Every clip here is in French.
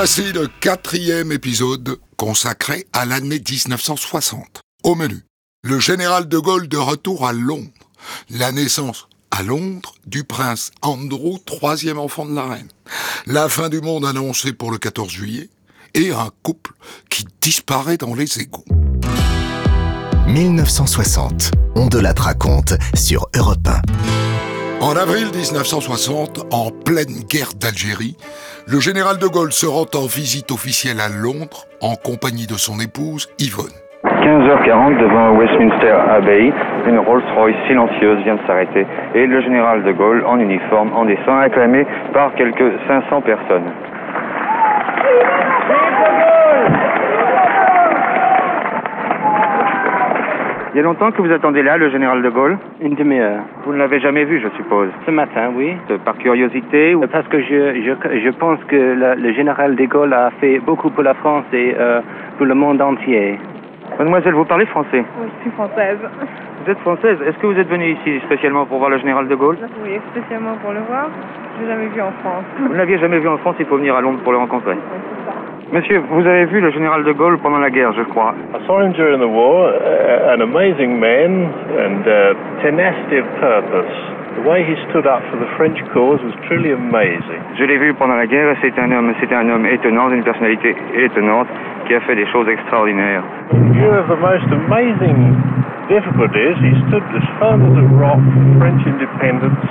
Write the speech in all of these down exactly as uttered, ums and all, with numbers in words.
Voici le quatrième épisode consacré à l'année dix-neuf cent soixante. Au menu, le général de Gaulle de retour à Londres. La naissance à Londres du prince Andrew, troisième enfant de la reine. La fin du monde annoncée pour le quatorze juillet. Et un couple qui disparaît dans les égouts. mille neuf cent soixante, on de la raconte sur Europe un. En avril dix-neuf cent soixante, en pleine guerre d'Algérie, le général de Gaulle se rend en visite officielle à Londres en compagnie de son épouse Yvonne. quinze heures quarante devant Westminster Abbey, une Rolls-Royce silencieuse vient de s'arrêter et le général de Gaulle en uniforme en descend acclamé par quelques cinq cents personnes. Il y a longtemps que vous attendez là, le général de Gaulle? Une demi-heure. Vous ne l'avez jamais vu, je suppose? Ce matin, oui. Par curiosité ou... Parce que je, je, je pense que la, le général de Gaulle a fait beaucoup pour la France et euh, pour le monde entier. Mademoiselle, vous parlez français? Oui, je suis française. Vous êtes française? Est-ce que vous êtes venue ici spécialement pour voir le général de Gaulle? Oui, spécialement pour le voir. Je l'ai jamais vu en France. Vous ne l'aviez jamais vu en France, il faut venir à Londres pour le rencontrer. Oui, c'est ça. Monsieur, vous avez vu le général de Gaulle pendant la guerre, je crois. I saw him during the war, uh, an amazing man and uh, tenacity of purpose. The way he stood up for the French cause was truly amazing. Je l'ai vu pendant la guerre et c'était un homme, c'était un homme étonnant, d'une personnalité étonnante, qui a fait des choses extraordinaires. In view of the most amazing difficulties, he stood as firm as a rock for French independence,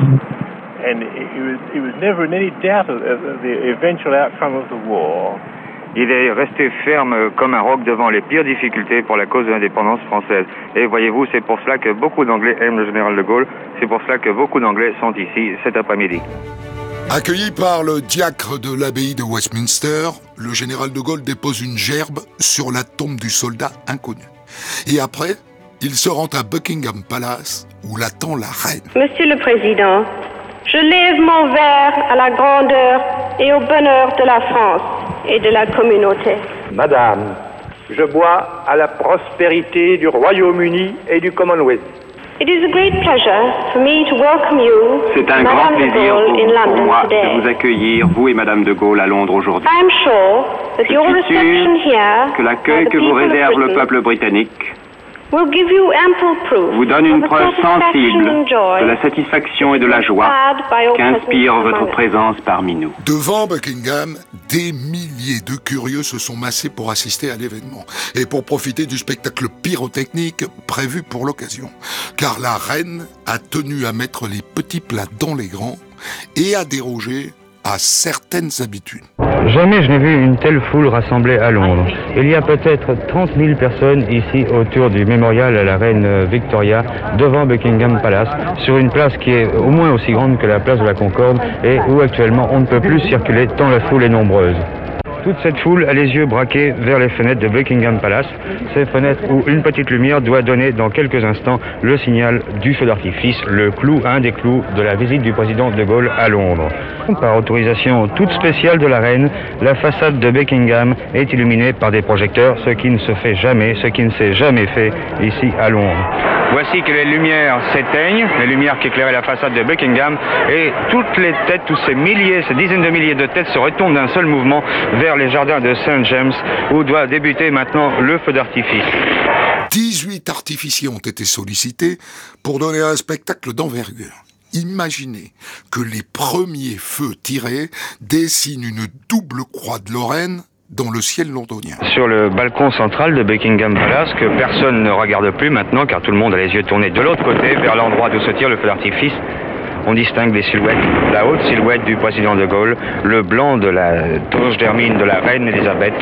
and he was, he was never in any doubt of the eventual outcome of the war. Il est resté ferme comme un roc devant les pires difficultés pour la cause de l'indépendance française. Et voyez-vous, c'est pour cela que beaucoup d'Anglais aiment le général de Gaulle. C'est pour cela que beaucoup d'Anglais sont ici cet après-midi. Accueilli par le diacre de l'abbaye de Westminster, le général de Gaulle dépose une gerbe sur la tombe du soldat inconnu. Et après, il se rend à Buckingham Palace, où l'attend la reine. Monsieur le Président, je lève mon verre à la grandeur et au bonheur de la France et de la communauté. Madame, je bois à la prospérité du Royaume-Uni et du Commonwealth. It is a great pleasure for me to welcome you, C'est un Madame grand de plaisir Gaulle, pour, in pour London moi today. de vous accueillir, vous et Madame de Gaulle, à Londres aujourd'hui. I am sure that Je your suis reception sûr here que l'accueil by the que vous people of réserve le Britain peuple britannique will give you ample proof vous donne une of the preuve satisfaction sensible and joy de la satisfaction et de la joie inspired by your qu'inspire presence votre among us. présence parmi nous. Devant Buckingham, des milliers de curieux se sont massés pour assister à l'événement et pour profiter du spectacle pyrotechnique prévu pour l'occasion. Car la reine a tenu à mettre les petits plats dans les grands et à déroger à certaines habitudes. Jamais je n'ai vu une telle foule rassemblée à Londres. Il y a peut-être trente mille personnes ici autour du mémorial à la reine Victoria, devant Buckingham Palace, sur une place qui est au moins aussi grande que la place de la Concorde et où actuellement on ne peut plus circuler tant la foule est nombreuse. Toute cette foule a les yeux braqués vers les fenêtres de Buckingham Palace, ces fenêtres où une petite lumière doit donner dans quelques instants le signal du feu d'artifice, le clou, un des clous de la visite du président de Gaulle à Londres. Par autorisation toute spéciale de la reine, la façade de Buckingham est illuminée par des projecteurs, ce qui ne se fait jamais, ce qui ne s'est jamais fait ici à Londres. Voici que les lumières s'éteignent, les lumières qui éclairaient la façade de Buckingham, et toutes les têtes, tous ces milliers, ces dizaines de milliers de têtes se retournent d'un seul mouvement vers les jardins de Saint James, où doit débuter maintenant le feu d'artifice. dix-huit artificiers ont été sollicités pour donner un spectacle d'envergure. Imaginez que les premiers feux tirés dessinent une double croix de Lorraine dans le ciel londonien. Sur le balcon central de Buckingham Palace, que personne ne regarde plus maintenant, car tout le monde a les yeux tournés de l'autre côté, vers l'endroit d'où se tire le feu d'artifice, on distingue des silhouettes. La haute silhouette du président de Gaulle, le blanc de la toge d'hermine de la reine Elisabeth.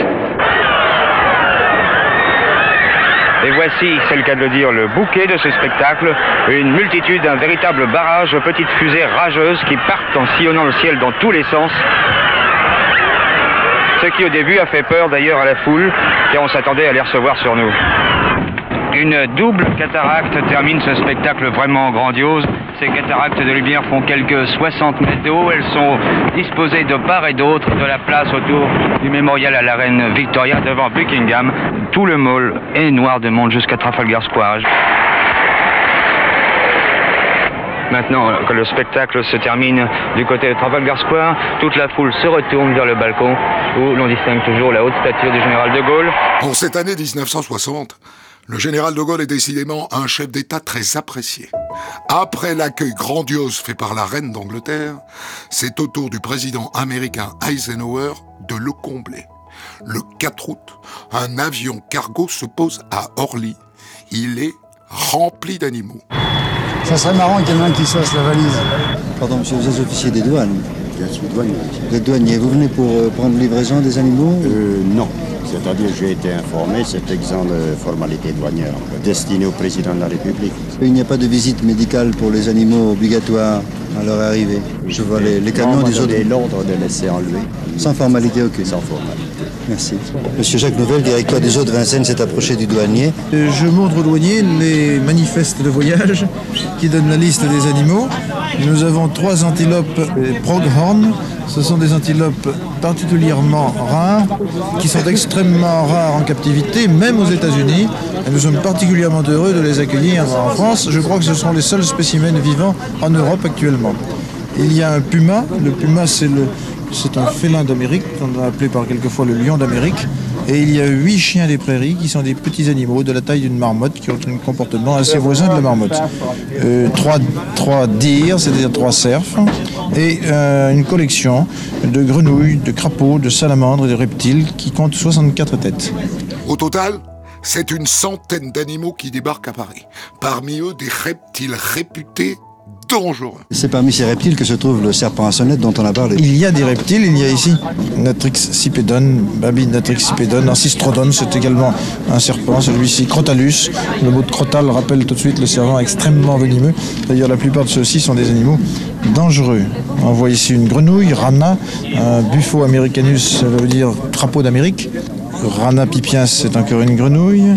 Et voici, c'est le cas de le dire, le bouquet de ce spectacle, une multitude, un véritable barrage de petites fusées rageuses qui partent en sillonnant le ciel dans tous les sens. Ce qui au début a fait peur d'ailleurs à la foule, car on s'attendait à les recevoir sur nous. Une double cataracte termine ce spectacle vraiment grandiose. Ces cataractes de lumière font quelques soixante mètres de haut. Elles sont disposées de part et d'autre de la place autour du mémorial à la reine Victoria devant Buckingham. Tout le mall est noir de monde jusqu'à Trafalgar Square. Maintenant que le spectacle se termine du côté de Trafalgar Square, toute la foule se retourne vers le balcon où l'on distingue toujours la haute stature du général de Gaulle. En cette année dix-neuf cent soixante, le général de Gaulle est décidément un chef d'État très apprécié. Après l'accueil grandiose fait par la reine d'Angleterre, c'est au tour du président américain Eisenhower de le combler. Le quatre août, un avion cargo se pose à Orly. Il est rempli d'animaux. Ça serait marrant qu'il y en ait un qui fasse la valise. Pardon, monsieur, vous êtes officier des douanes? Je suis douanier. Vous êtes douanier. Vous venez pour euh, prendre livraison des animaux? Euh, non. C'est-à-dire, j'ai été informé, c'est exempt de formalité douanière, destiné au président de la République. Il n'y a pas de visite médicale pour les animaux obligatoire à leur arrivée. Je vois les, les camions des autres. L'ordre de laisser enlever. Sans formalité aucune. Sans formalité. Merci. Monsieur Jacques Nouvel, directeur des eaux de Vincennes, s'est approché du douanier. Je montre au douanier les manifestes de voyage qui donnent la liste des animaux. Nous avons trois antilopes Pronghorn. Ce sont des antilopes particulièrement rares, qui sont extrêmement rares en captivité, même aux États-Unis. Et nous sommes particulièrement heureux de les accueillir en France. Je crois que ce sont les seuls spécimens vivants en Europe actuellement. Il y a un puma. Le puma, c'est le... C'est un félin d'Amérique, qu'on a appelé par quelquefois le lion d'Amérique. Et il y a huit chiens des prairies qui sont des petits animaux de la taille d'une marmotte qui ont un comportement assez voisin de la marmotte. Euh, trois, trois deers, c'est-à-dire trois cerfs, et euh, une collection de grenouilles, de crapauds, de salamandres et de reptiles qui comptent soixante-quatre têtes. Au total, c'est une centaine d'animaux qui débarquent à Paris. Parmi eux, des reptiles réputés dangereux. C'est parmi ces reptiles que se trouve le serpent à sonnette dont on a parlé. Il y a des reptiles, il y a ici Natrix sipedon, Babi Natrix sipedon, Narcistrodon, c'est également un serpent, celui-ci Crotalus. Le mot de crotal rappelle tout de suite le serpent extrêmement venimeux. D'ailleurs, la plupart de ceux-ci sont des animaux dangereux. On voit ici une grenouille, Rana, un Buffo americanus, ça veut dire crapaud d'Amérique. Rana pipiens, c'est encore une grenouille.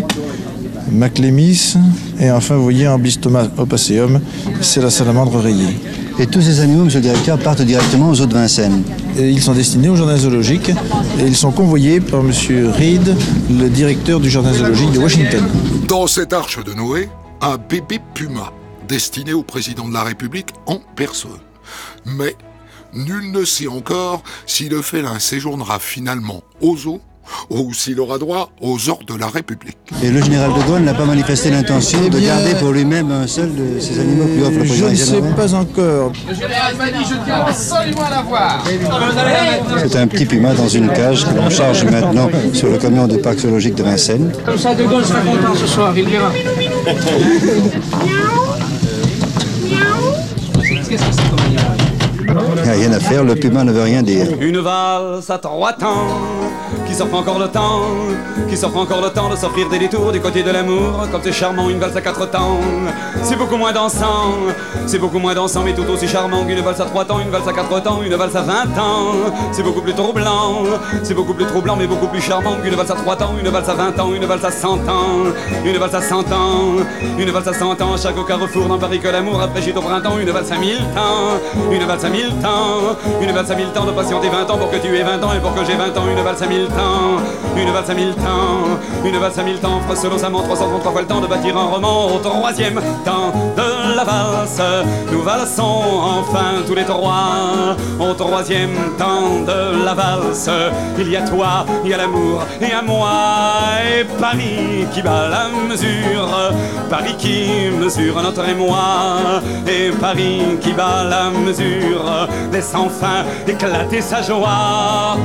Maclémis, et enfin vous voyez Ambystoma opaceum, c'est la salamandre rayée. Et tous ces animaux, monsieur le directeur, partent directement aux eaux de Vincennes. Et ils sont destinés au jardin zoologique et ils sont convoyés par monsieur Reed, le directeur du jardin zoologique de Washington. Dans cette arche de Noé, un bébé puma destiné au président de la République en personne. Mais nul ne sait encore si le félin séjournera finalement aux eaux ou s'il aura droit aux ordres de la République. Et le général de Gaulle n'a pas manifesté l'intention eh de bien, garder pour lui-même un seul de ces animaux plus offre le président. Je ne sais pas encore. Le général m'a dit, je tiens absolument à la voir. C'est un petit puma dans une cage que l'on charge maintenant sur le camion du parc zoologique de Vincennes. Comme ça, de Gaulle sera content ce soir, il verra. Qu'est-ce que c'est comme animal? Il n'y a rien à faire, le puma ne veut rien dire. Une valse à trois temps, qui s'offre encore le temps, qui s'offre encore le temps de s'offrir des détours du côté de l'amour. Comme c'est charmant une valse à quatre temps, c'est beaucoup moins dansant, c'est beaucoup moins dansant mais tout aussi charmant qu'une valse à trois temps, une valse à quatre temps, une valse à vingt ans. C'est beaucoup plus troublant, c'est beaucoup plus troublant mais beaucoup plus charmant qu'une valse à trois temps, une valse à vingt ans, une valse à cent ans, une valse à cent ans, une valse à cent ans. Chaque au carrefour dans Paris que l'amour a fraîchi au printemps, une valse à mille temps, une valse à mille temps, une valse à mille temps de patienter vingt ans pour que tu aies vingt ans et pour que j'ai vingt ans, une valse à mille temps, une valse à mille temps, une valse à mille temps, frossolosament trois cent trente-trois fois le temps de bâtir un roman. Au troisième temps de la valse, nous valsons enfin tous les trois. Au troisième temps de la valse, il y a toi, il y a l'amour et à moi, et Paris qui bat la mesure, Paris qui mesure notre émoi, et Paris qui bat la mesure, laisse enfin éclater sa joie.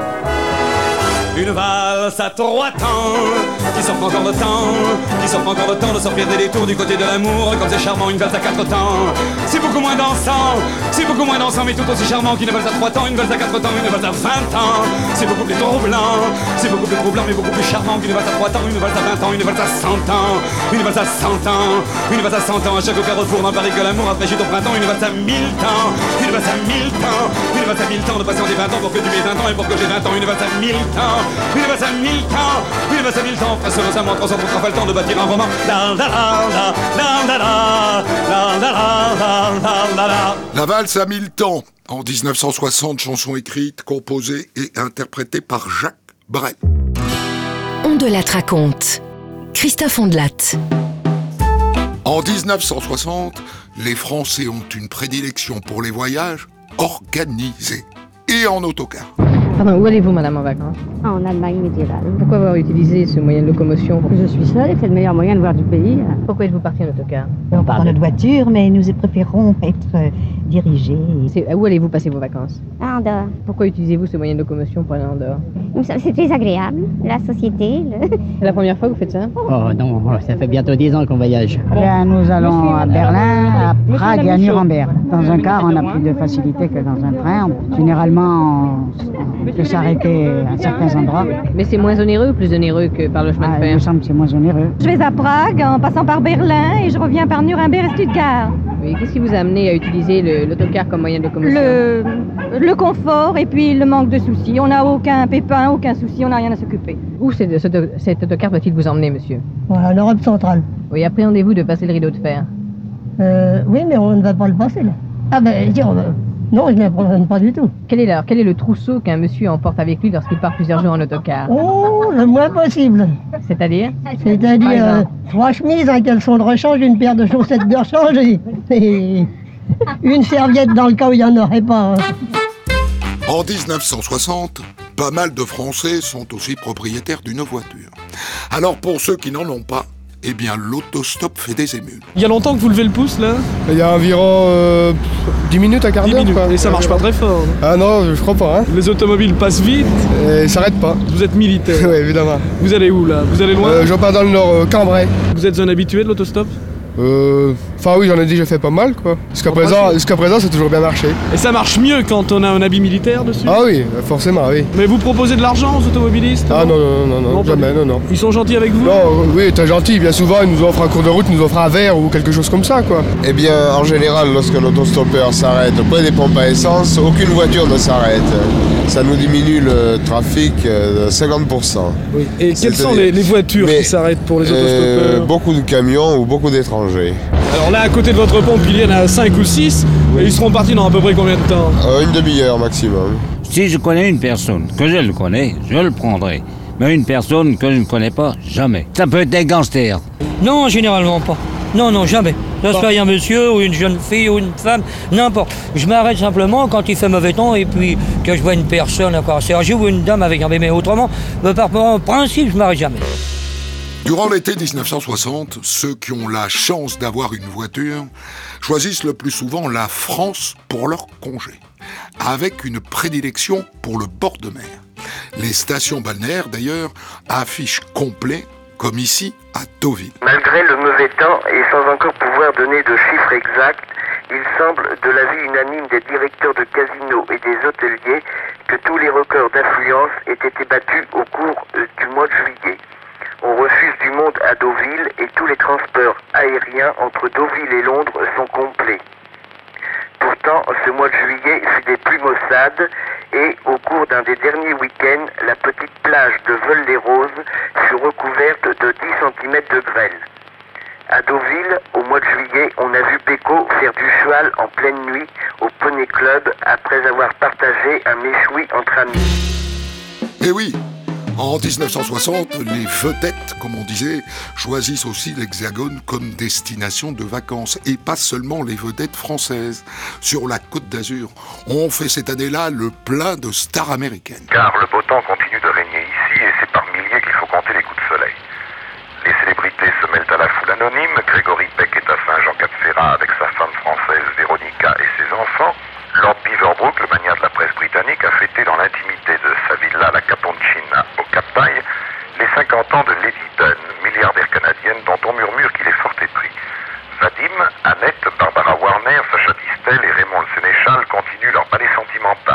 Une valse à trois temps, qui s'offre encore le temps, qui s'offre encore le temps de sortir des détours du côté de l'amour. Comme c'est charmant une valse à quatre temps, c'est beaucoup moins dansant, c'est beaucoup moins dansant mais tout aussi charmant qu'une valse à trois temps, une valse à quatre temps, une valse à vingt ans. C'est beaucoup plus troublant, c'est beaucoup plus troublant mais beaucoup plus charmant qu'une valse à trois temps, une valse à vingt ans, une valse à cent ans, une valse à cent ans, une valse à cent ans. À chaque carrefour dans Paris que l'amour a fraîchi au printemps, une valse à mille temps, une valse à mille temps, une valse à mille temps de patienter vingt ans pour que tu aies vingt ans et pour que j'ai vingt ans, une valse à mille temps. Une valse à mille temps, une valse à mille temps, fractionneusement trois cent trente fois le temps de bâtir un roman. La la la la la la la la la la la. La valse à mille temps, en dix-neuf cent soixante, chanson écrite, composée et interprétée par Jacques Brel. On de la raconte. Christophe Ondelat. En dix-neuf cent soixante, les Français ont une prédilection pour les voyages organisés et en autocar. Pardon, où allez-vous, madame, en vacances? En Allemagne médiévale. Pourquoi avoir utilisé ce moyen de locomotion? Je suis seule et c'est le meilleur moyen de voir du pays. Pourquoi êtes-vous parti en autocar? On part dans notre voiture, mais nous préférons être euh, dirigés. C'est, où allez-vous passer vos vacances? À Andorre. Pourquoi utilisez-vous ce moyen de locomotion pour aller en Andorre? C'est très agréable, la société. Le... C'est la première fois que vous faites ça? Oh non, ça fait bientôt dix ans qu'on voyage. Bien, nous allons à Berlin, à Prague et à Nuremberg. Dans un car, on a plus de facilité que dans un train. Généralement, on peut s'arrêter à certains endroits. Mais c'est moins onéreux ou plus onéreux que par le chemin ah, de fer? Il me semble que c'est moins onéreux. Je vais à Prague en passant par Berlin et je reviens par Nuremberg et Stuttgart. Oui, qu'est-ce qui vous a amené à utiliser le, l'autocar comme moyen de locomotion? Le, le confort et puis le manque de soucis. On n'a aucun pépin, aucun souci, on n'a rien à s'occuper. Où cet, cet autocar va-t-il vous emmener, monsieur? Voilà, l'Europe centrale. Oui, appréhendez-vous de passer le rideau de fer? Euh, oui, mais on ne va pas le passer, là. Ah ben, dire, euh, non, je ne l'apprends pas du tout. Quel est, alors, quel est le trousseau qu'un monsieur emporte avec lui lorsqu'il part plusieurs jours en autocar? Oh, le moins possible. C'est-à-dire? C'est-à-dire euh, trois chemises, un caleçon de rechange, une paire de chaussettes de rechange et, et une serviette dans le cas où il n'y en aurait pas. Hein. En dix-neuf cent soixante, pas mal de Français sont aussi propriétaires d'une voiture. Alors pour ceux qui n'en ont pas, eh bien l'autostop fait des émules. Il y a longtemps que vous levez le pouce là? Il y a environ euh, dix minutes, un quart d'heure. Quoi. Et ça marche pas très fort? Non? Ah non, je crois pas. Hein. Les automobiles passent vite? Et ils s'arrêtent pas. Vous êtes militaire? Oui, évidemment. Vous allez où là? Vous allez loin? euh, Je pars dans le nord, euh, Cambrai. Vous êtes un habitué de l'autostop? Euh... Enfin oui, j'en ai déjà fait pas mal quoi. Jusqu'à présent, jusqu'à présent, ça a toujours bien marché. Et ça marche mieux quand on a un habit militaire dessus? Ah oui, forcément, oui. Mais vous proposez de l'argent aux automobilistes? Ah non, non, non, non, non jamais, non, non. Ils sont gentils avec vous? Non, oui, très gentils. Bien souvent, ils nous offrent un cours de route, ils nous offrent un verre ou quelque chose comme ça quoi. Eh bien, en général, lorsque l'autostoppeur s'arrête près des pompes à essence, aucune voiture ne s'arrête. Ça nous diminue le trafic de cinquante pour cent. Oui. Et quelles sont les, les voitures Mais, qui s'arrêtent pour les autostoppeurs? euh, Beaucoup de camions ou beaucoup d'étrangers. Alors là, à côté de votre pompe, il y en a cinq ou six, oui. Et ils seront partis dans à peu près combien de temps? euh, Une demi-heure maximum. Si je connais une personne, que je le connais, je le prendrai. Mais une personne que je ne connais pas, jamais. Ça peut être des gangsters. Non, généralement pas. Non, non, jamais. Que ce soit un monsieur ou une jeune fille ou une femme, n'importe. Je m'arrête simplement quand il fait mauvais temps et puis que je vois une personne encore Sergio ou une dame avec un bébé. Autrement, par principe, je m'arrête jamais. Durant l'été dix-neuf cent soixante, ceux qui ont la chance d'avoir une voiture choisissent le plus souvent la France pour leur congé, avec une prédilection pour le bord de mer. Les stations balnéaires, d'ailleurs, affichent complet, comme ici, à Deauville. Malgré le mauvais temps et sans encore pouvoir donner de chiffres exacts, il semble, de l'avis unanime des directeurs de casinos et des hôteliers, que tous les records d'affluence aient été battus au cours euh, du mois de juillet. On refuse du monde à Deauville et tous les transports aériens entre Deauville et Londres sont complets. Pourtant, ce mois de juillet fut des plus maussades et, au cours d'un des derniers week-ends, la petite plage de Veul-les-Roses fut recouverte de dix centimètres de grêle. À Deauville, au mois de juillet, on a vu Péco faire du cheval en pleine nuit au Poney Club après avoir partagé un méchoui entre amis. Eh oui! En dix-neuf cent soixante, les vedettes, comme on disait, choisissent aussi l'Hexagone comme destination de vacances. Et pas seulement les vedettes françaises. Sur la Côte d'Azur, on fait cette année-là le plein de stars américaines. Car le beau temps continue de régner ici et c'est par milliers qu'il faut compter les coups de soleil. Les célébrités se mêlent à la foule anonyme. Gregory Peck est à Saint-Jean-Cap-Ferrat avec sa femme française Véronica et ses enfants. Lord Beaverbrook, le magnat de la presse britannique, a fêté dans l'intimité de sa villa La Caponcina au Cap-Taille les cinquante ans de Lady Dunn, milliardaire canadienne dont on murmure qu'il est fort épris. Vadim, Annette, Barbara Warner, Sacha Distel et Raymond Le Sénéchal continuent leur balai sentimental.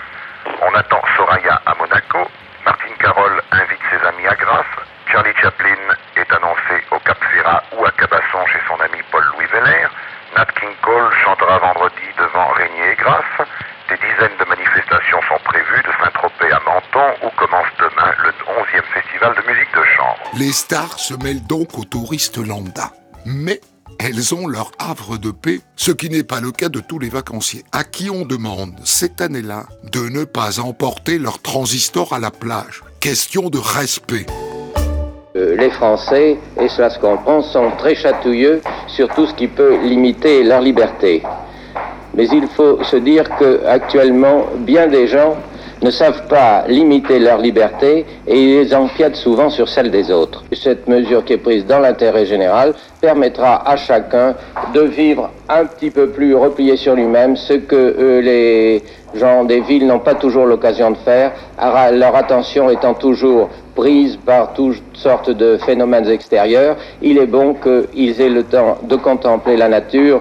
On attend Soraya à Monaco, Martine Carole invite ses amis à Grasse, Charlie Chaplin est annoncé au Cap-Ferrat ou à Cabasson chez son ami Paul-Louis Veller, Nat King Cole chantera vendredi devant Régnier et Grasse. Des dizaines de manifestations sont prévues de Saint-Tropez à Menton où commence demain le onzième festival de musique de chambre. Les stars se mêlent donc aux touristes lambda. Mais elles ont leur havre de paix, ce qui n'est pas le cas de tous les vacanciers, à qui on demande, cette année-là, de ne pas emporter leur transistor à la plage. Question de respect. Euh, les Français, et cela se comprend, sont très chatouilleux sur tout ce qui peut limiter leur liberté. Mais il faut se dire qu'actuellement, bien des gens ne savent pas limiter leur liberté et ils empiètent souvent sur celle des autres. Cette mesure qui est prise dans l'intérêt général permettra à chacun de vivre un petit peu plus replié sur lui-même, ce que euh, les gens des villes n'ont pas toujours l'occasion de faire, leur attention étant toujours prise par toutes sortes de phénomènes extérieurs. Il est bon qu'ils aient le temps de contempler la nature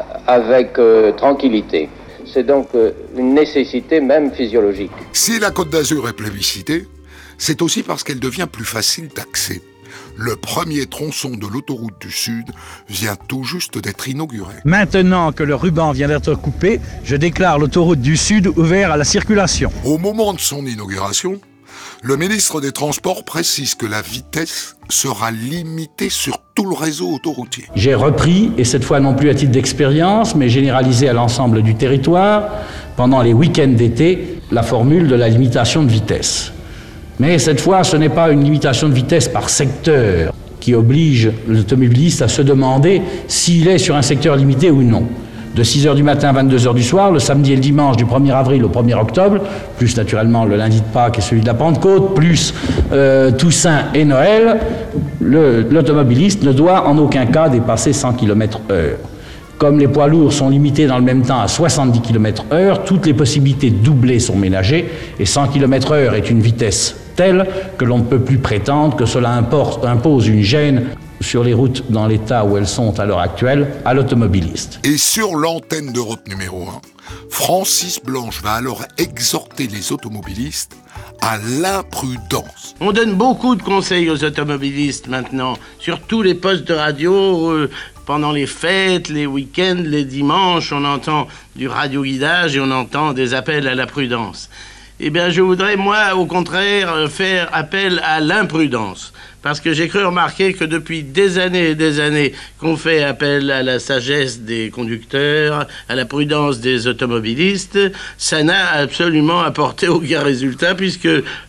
avec euh, tranquillité. C'est donc euh, une nécessité même physiologique. Si la Côte d'Azur est plébiscitée, c'est aussi parce qu'elle devient plus facile d'accès. Le premier tronçon de l'autoroute du Sud vient tout juste d'être inauguré. Maintenant que le ruban vient d'être coupé, je déclare l'autoroute du Sud ouverte à la circulation. Au moment de son inauguration, le ministre des Transports précise que la vitesse sera limitée sur tout le réseau autoroutier. J'ai repris, et cette fois non plus à titre d'expérience, mais généralisé à l'ensemble du territoire, pendant les week-ends d'été, la formule de la limitation de vitesse. Mais cette fois, ce n'est pas une limitation de vitesse par secteur qui oblige l'automobiliste à se demander s'il est sur un secteur limité ou non. De six heures du matin à vingt-deux heures du soir, le samedi et le dimanche du premier avril au premier octobre, plus naturellement le lundi de Pâques et celui de la Pentecôte, plus euh, Toussaint et Noël, le, l'automobiliste ne doit en aucun cas dépasser cent kilomètres heure. Comme les poids lourds sont limités dans le même temps à soixante-dix kilomètres heure, toutes les possibilités de doubler sont ménagées et cent kilomètres heure est une vitesse telle que l'on ne peut plus prétendre que cela importe, impose une gêne sur les routes dans l'état où elles sont à l'heure actuelle à l'automobiliste. Et sur l'antenne d'Europe numéro un, Francis Blanche va alors exhorter les automobilistes à l'imprudence. On donne beaucoup de conseils aux automobilistes maintenant, sur tous les postes de radio, euh, pendant les fêtes, les week-ends, les dimanches, on entend du radioguidage et on entend des appels à la prudence. Eh bien, je voudrais, moi, au contraire, faire appel à l'imprudence. Parce que j'ai cru remarquer que depuis des années et des années qu'on fait appel à la sagesse des conducteurs, à la prudence des automobilistes, ça n'a absolument apporté aucun résultat puisque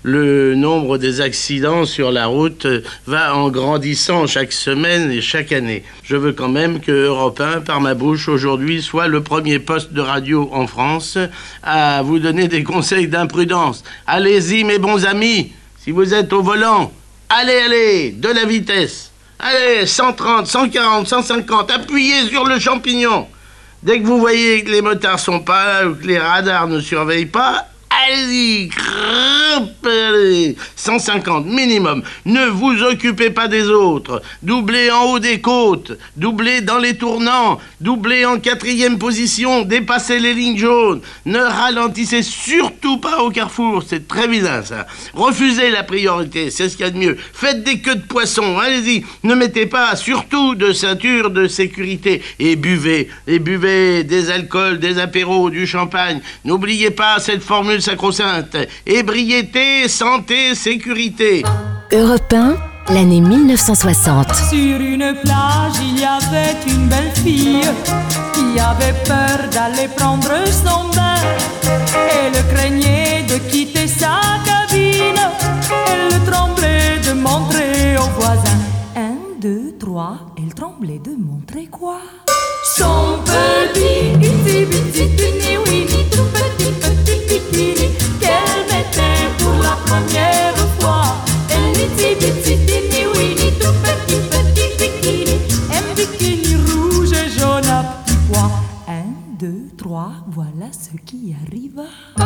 le nombre des accidents sur la route va en grandissant chaque semaine et chaque année. Je veux quand même que Europe un, par ma bouche, aujourd'hui, soit le premier poste de radio en France à vous donner des conseils d'imprudence. Allez-y, mes bons amis, si vous êtes au volant, allez, allez, de la vitesse. Allez, cent trente, cent quarante, cent cinquante, appuyez sur le champignon. Dès que vous voyez que les motards sont pas là ou que les radars ne surveillent pas, allez-y, allez, cent cinquante minimum. Ne vous occupez pas des autres. Doublez en haut des côtes, doublez dans les tournants, doublez en quatrième position, dépassez les lignes jaunes. Ne ralentissez surtout pas au carrefour, c'est très vilain ça. Refusez la priorité, c'est ce qu'il y a de mieux. Faites des queues de poisson, allez-y. Ne mettez pas surtout de ceinture de sécurité. Et buvez, et buvez des alcools, des apéros, du champagne. N'oubliez pas cette formule sacro-sainte. Ébriété, santé, sécurité. Europe un, l'année mille neuf cent soixante. Sur une plage, il y avait une belle fille qui avait peur d'aller prendre son bain. Elle craignait de quitter sa cabine. Elle tremblait de montrer aux voisins. Un, deux, trois, elle tremblait de montrer quoi? Son petit, itsy bitsy, tiny weeny, tout petit, petit bikini qu'elle mettait pour la première fois. Un itsy bitsy, tiny weeny, tout petit, petit bikini, un bikini rouge et jaune à petits pois. Un, deux, trois, voilà ce qui arriva.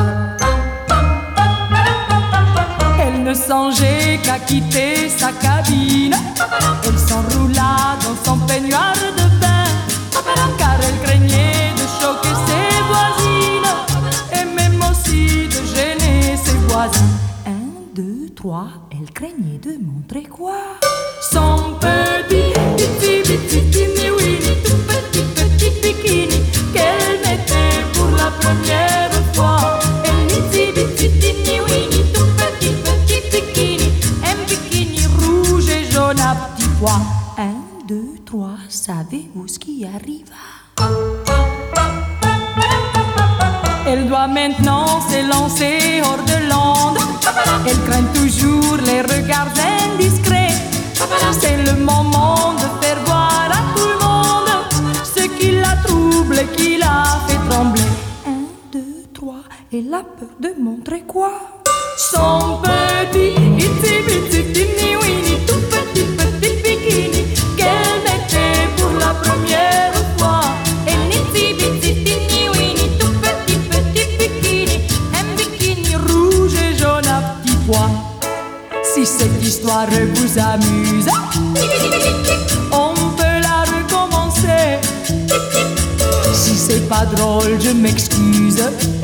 Elle ne songeait qu'à quitter sa cabine. Elle s'enroula dans son peignoir de bain, car elle craignait de choquer ses voisines et même aussi de gêner ses voisins. Un, deux, trois, elle craignait de montrer quoi? Son petit, petit, petit, tiny weeny, tout petit, petit bikini qu'elle mettait pour la première fois. Un itsy bitsy, tiny weeny, tout petit, petit bikini, un bikini rouge et jaune à petits pois. Un, deux, trois, savez-vous ce qui arriva? Elle doit maintenant s'élancer hors de l'onde. Elle craint toujours les regards indiscrets C'est le moment de faire voir à tout le monde ce qui la trouble et qui la fait trembler. Un, deux, trois, et la peur de montrer quoi? Son petit itsy bitsy teeny weeny, tout petit petit bikini qu'elle mettait pour la première fois. Et itsy bitsy teeny weeny, tout petit petit bikini, un bikini rouge et jaune à petits pois. Si cette histoire vous amuse, on peut la recommencer. Si c'est pas drôle, je m'excuse.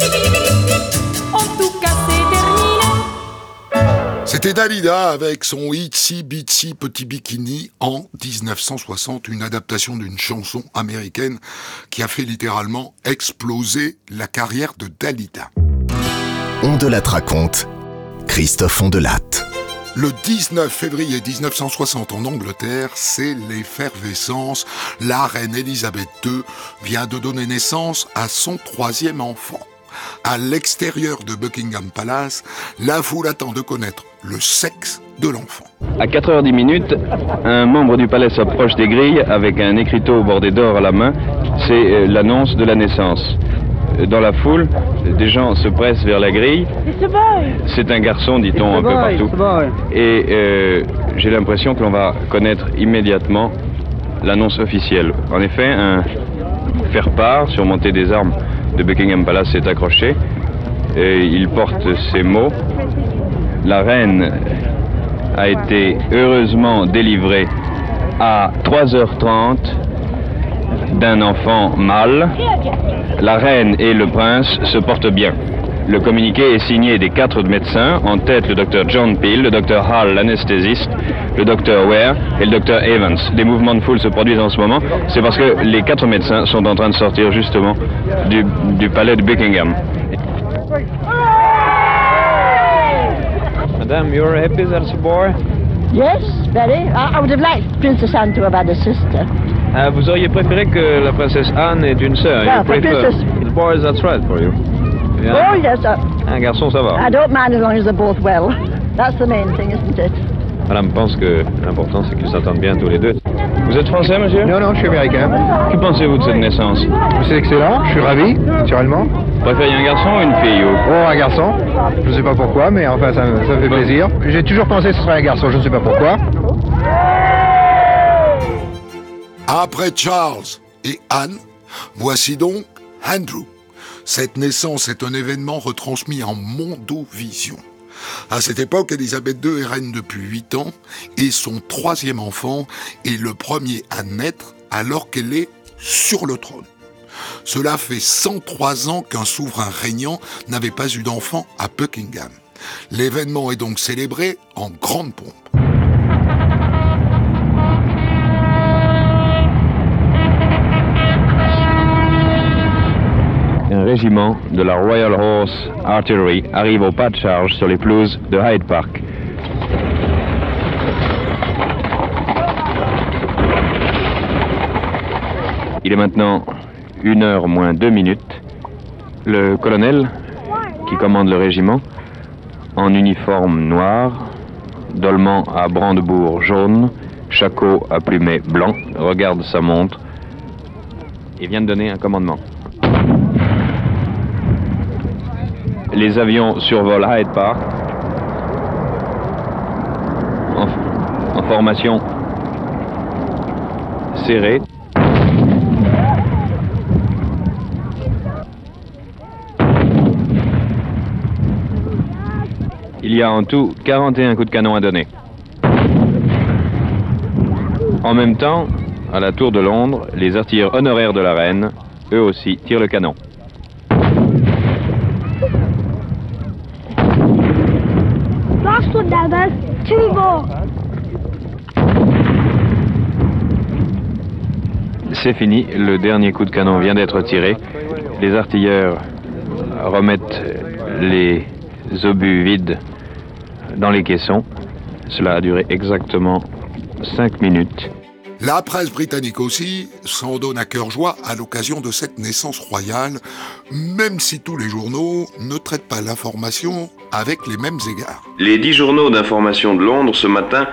En tout cas, c'est terminé. C'était Dalida avec son Itsy Bitsy Petit Bikini en dix-neuf cent soixante, une adaptation d'une chanson américaine qui a fait littéralement exploser la carrière de Dalida. On de la raconte, Christophe Ondelatte. Le dix-neuf février dix-neuf cent soixante en Angleterre, c'est l'effervescence. La reine Elisabeth deux vient de donner naissance à son troisième enfant. À l'extérieur de Buckingham Palace, la foule attend de connaître le sexe de l'enfant. À quatre heures dix minutes, un membre du palais s'approche des grilles avec un écriteau bordé d'or à la main. C'est l'annonce de la naissance. Dans la foule, des gens se pressent vers la grille. C'est un garçon, dit-on un peu partout. Et euh, j'ai l'impression que l'on va connaître immédiatement l'annonce officielle. En effet, un faire-part surmonté des armes de Buckingham Palace est accroché. Et il porte ces mots. La reine a été heureusement délivrée à trois heures trente d'un enfant mâle. La reine et le prince se portent bien. Le communiqué est signé des quatre médecins, en tête le docteur John Peel, le docteur Hall, l'anesthésiste, le docteur Ware et le docteur Evans. Des mouvements de foule se produisent en ce moment, c'est parce que les quatre médecins sont en train de sortir justement du, du palais de Buckingham. Madame, you're happy that's a boy? Yes, very. I, I would have liked Princess Anne to have had a sister. Uh, vous auriez préféré que la princesse Anne ait une sœur. Yeah, you prefer. princess... The boys, that's right for you. Yeah. Oh, yes, sir. Un garçon, ça va. I don't mind as long as they're both well. That's the main thing, isn't it? Madame pense que l'important, c'est qu'ils s'entendent bien tous les deux. Vous êtes français, monsieur? Non, non, je suis américain. Que pensez-vous de cette naissance? C'est excellent, je suis ravi, naturellement. Vous préférez un garçon ou une fille ou... Oh, un garçon. Je ne sais pas pourquoi, mais enfin, ça, ça me fait bon. plaisir. J'ai toujours pensé que ce serait un garçon, je ne sais pas pourquoi. Après Charles et Anne, voici donc Andrew. Cette naissance est un événement retransmis en mondovision. À cette époque, Elisabeth deux est reine depuis huit ans et son troisième enfant est le premier à naître alors qu'elle est sur le trône. Cela fait cent trois ans qu'un souverain régnant n'avait pas eu d'enfant à Buckingham. L'événement est donc célébré en grande pompe. Un régiment de la Royal Horse Artillery arrive au pas de charge sur les pelouses de Hyde Park. Il est maintenant une heure moins deux minutes. Le colonel, qui commande le régiment, en uniforme noir, dolman à brandebourg jaune, shako à plumet blanc, regarde sa montre et vient de donner un commandement. Les avions survolent Hyde Park en, en formation serrée. Il y a en tout quarante et un coups de canon à donner. En même temps, à la Tour de Londres, les artilleurs honoraires de la reine, eux aussi, tirent le canon. Last one now, then. Two more. C'est fini, le dernier coup de canon vient d'être tiré. Les artilleurs remettent les obus vides dans les caissons. Cela a duré exactement cinq minutes. La presse britannique aussi s'en donne à cœur joie à l'occasion de cette naissance royale, même si tous les journaux ne traitent pas l'information avec les mêmes égards. Les dix journaux d'information de Londres ce matin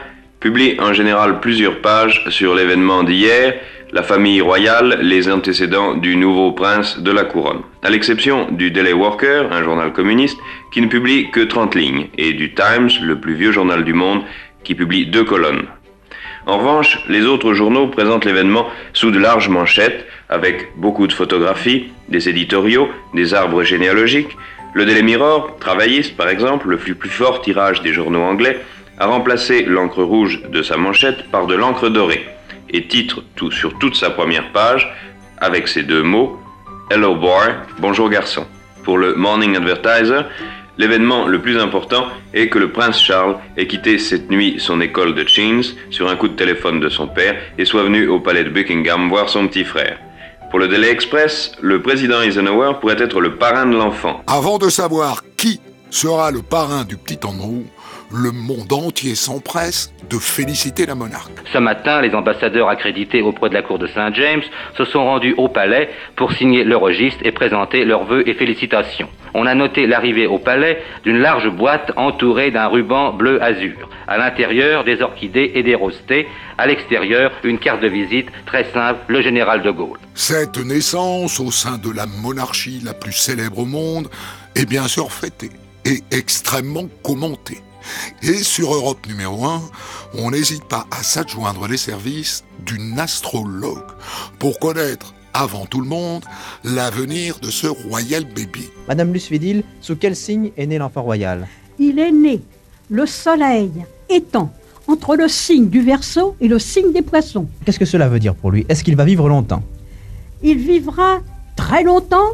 publie en général plusieurs pages sur l'événement d'hier, la famille royale, les antécédents du nouveau prince de la couronne. À l'exception du Daily Worker, un journal communiste, qui ne publie que trente lignes, et du Times, le plus vieux journal du monde, qui publie deux colonnes. En revanche, les autres journaux présentent l'événement sous de larges manchettes, avec beaucoup de photographies, des éditoriaux, des arbres généalogiques. Le Daily Mirror, travailliste par exemple, le plus, plus fort tirage des journaux anglais, a remplacé l'encre rouge de sa manchette par de l'encre dorée, et titre tout, sur toute sa première page, avec ces deux mots, « Hello boy, bonjour garçon ». Pour le Morning Advertiser, l'événement le plus important est que le prince Charles ait quitté cette nuit son école de Queen's sur un coup de téléphone de son père et soit venu au palais de Buckingham voir son petit frère. Pour le Daily Express, le président Eisenhower pourrait être le parrain de l'enfant. Avant de savoir qui sera le parrain du petit Andrew, le monde entier s'empresse de féliciter la monarque. Ce matin, les ambassadeurs accrédités auprès de la cour de Saint-James se sont rendus au palais pour signer le registre et présenter leurs vœux et félicitations. On a noté l'arrivée au palais d'une large boîte entourée d'un ruban bleu azur. À l'intérieur, des orchidées et des rosées. À l'extérieur, une carte de visite très simple, le général de Gaulle. Cette naissance au sein de la monarchie la plus célèbre au monde est bien sûr fêtée et extrêmement commentée. Et sur Europe numéro un, on n'hésite pas à s'adjoindre les services d'une astrologue pour connaître, avant tout le monde, l'avenir de ce royal baby. Madame Luce-Védil, sous quel signe est né l'enfant royal? Il est né, le soleil étant entre le signe du Verseau et le signe des Poissons. Qu'est-ce que cela veut dire pour lui? Est-ce qu'il va vivre longtemps? Il vivra très longtemps.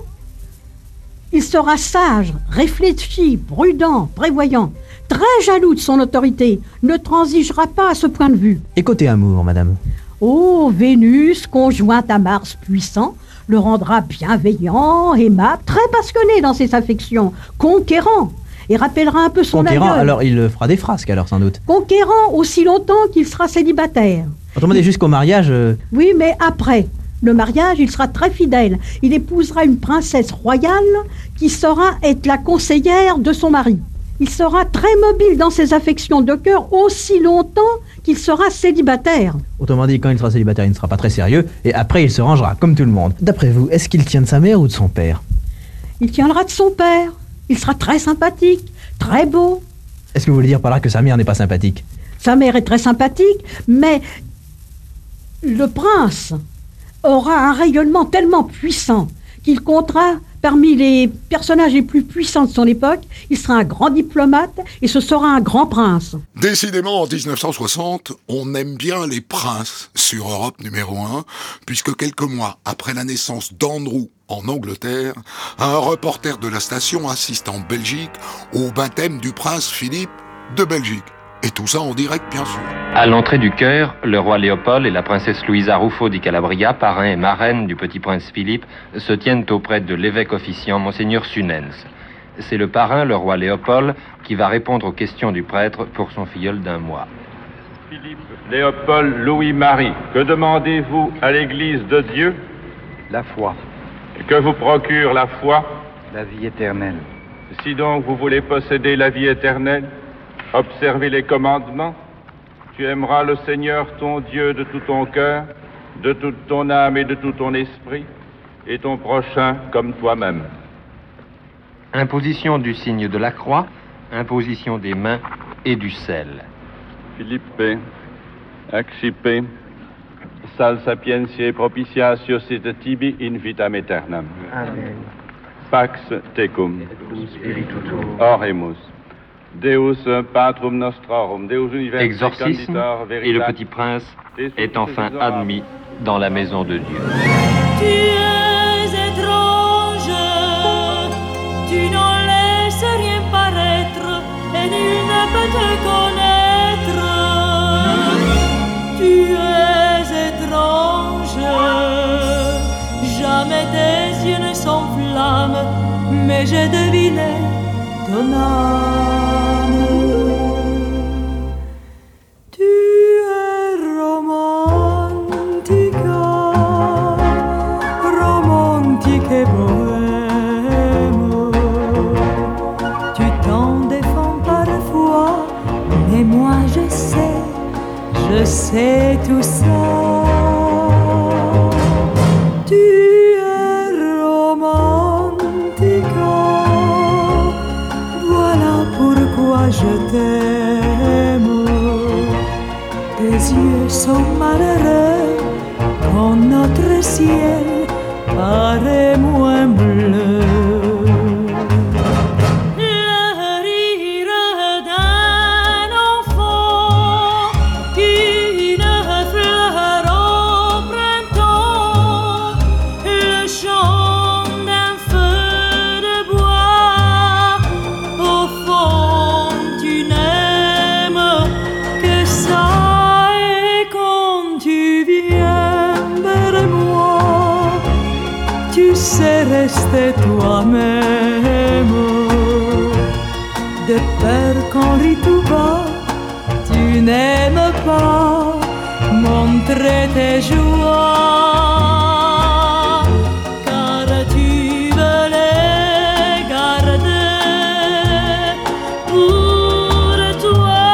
Il sera sage, réfléchi, prudent, prévoyant, très jaloux de son autorité, ne transigera pas à ce point de vue. Et côté amour, madame? Oh, Vénus, conjointe à Mars puissant, le rendra bienveillant, aimable, très passionné dans ses affections, conquérant, et rappellera un peu son aïeul. Conquérant, alors il fera des frasques alors sans doute. Conquérant aussi longtemps qu'il sera célibataire. Autrement dit, jusqu'au mariage... Euh... Oui, mais après le mariage, il sera très fidèle. Il épousera une princesse royale qui saura être la conseillère de son mari. Il sera très mobile dans ses affections de cœur aussi longtemps qu'il sera célibataire. Autrement dit, quand il sera célibataire, il ne sera pas très sérieux, et après il se rangera, comme tout le monde. D'après vous, est-ce qu'il tient de sa mère ou de son père? Il tiendra de son père. Il sera très sympathique, très beau. Est-ce que vous voulez dire par là que sa mère n'est pas sympathique? Sa mère est très sympathique, mais le prince aura un rayonnement tellement puissant qu'il comptera parmi les personnages les plus puissants de son époque. Il sera un grand diplomate et ce sera un grand prince. Décidément, en dix-neuf cent soixante, on aime bien les princes sur Europe numéro un, puisque quelques mois après la naissance d'Andrew en Angleterre, un reporter de la station assiste en Belgique au baptême du prince Philippe de Belgique. Et tout ça en direct, bien sûr. À l'entrée du chœur, le roi Léopold et la princesse Luisa Ruffo di Calabria, parrain et marraine du petit prince Philippe, se tiennent auprès de l'évêque officiant, Monseigneur Sunens. C'est le parrain, le roi Léopold, qui va répondre aux questions du prêtre pour son filleul d'un mois. Philippe, Léopold, Louis-Marie, que demandez-vous à l'Église de Dieu? La foi. Que vous procure la foi? La vie éternelle. Si donc vous voulez posséder la vie éternelle, observez les commandements. Tu aimeras le Seigneur ton Dieu de tout ton cœur, de toute ton âme et de tout ton esprit, et ton prochain comme toi-même. Imposition du signe de la croix, imposition des mains et du sel. Philippe, accipe, sal sapientiae propitiatio sit tibi in vitam aeternam. Amen. Pax tecum. Oremus. Deus patrum nostrorum, Deus universalis. Exorcisme, et le petit prince est enfin admis dans la maison de Dieu. Tu es étrange, tu n'en laisses rien paraître, et nul ne peut te connaître. Tu es étrange, jamais tes yeux ne s'enflamment, mais j'ai deviné ton âme. Tu es romantique, romantique et bohème. Tu t'en défends parfois, mais moi je sais sont malheureux quand notre ciel paraît moins bleu. Rester toi-même. De peur qu'on rit tout bas, tu n'aimes pas montrer tes joies, car tu veux les garder pour toi.